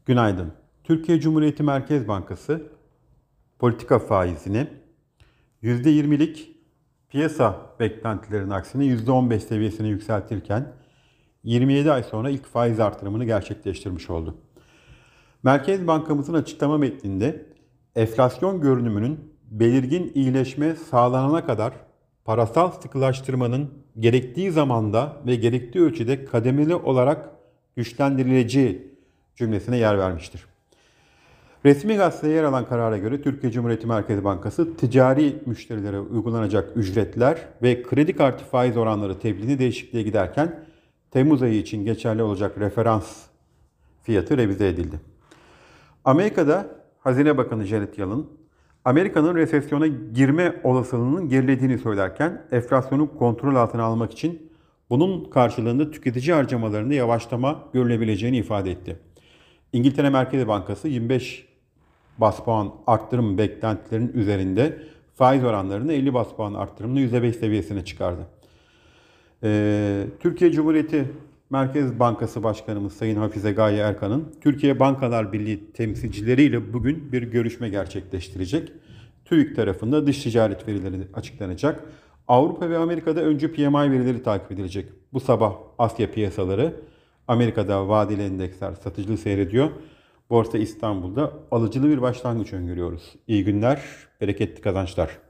Günaydın. Türkiye Cumhuriyeti Merkez Bankası politika faizini %20'lik piyasa beklentilerinin aksine %15 seviyesine yükseltirken 27 ay sonra ilk faiz artırımını gerçekleştirmiş oldu. Merkez Bankamızın açıklama metninde enflasyon görünümünün belirgin iyileşme sağlanana kadar parasal sıkılaştırmanın gerektiği zamanda ve gerektiği ölçüde kademeli olarak güçlendirileceği cümlesine yer vermiştir. Resmi gazetede yer alan karara göre Türkiye Cumhuriyeti Merkez Bankası ticari müşterilere uygulanacak ücretler ve kredi kartı faiz oranları tebliğini değişikliğe giderken Temmuz ayı için geçerli olacak referans fiyatı revize edildi. Amerika'da Hazine Bakanı Janet Yellen, Amerika'nın resesyona girme olasılığının gerilediğini söylerken enflasyonu kontrol altına almak için bunun karşılığında tüketici harcamalarında yavaşlama görülebileceğini ifade etti. İngiltere Merkez Bankası 25 bas puan arttırım beklentilerinin üzerinde faiz oranlarını 50 bas puan arttırımla %5 seviyesine çıkardı. Türkiye Cumhuriyeti Merkez Bankası Başkanımız Sayın Hafize Gaye Erkan'ın Türkiye Bankalar Birliği temsilcileriyle bugün bir görüşme gerçekleştirecek. TÜİK tarafında dış ticaret verileri açıklanacak. Avrupa ve Amerika'da önce PMI verileri takip edilecek. Bu sabah Asya piyasaları, Amerika'da vadeli endeksler satıcılı seyrediyor. Borsa İstanbul'da alıcılı bir başlangıç öngörüyoruz. İyi günler, bereketli kazançlar.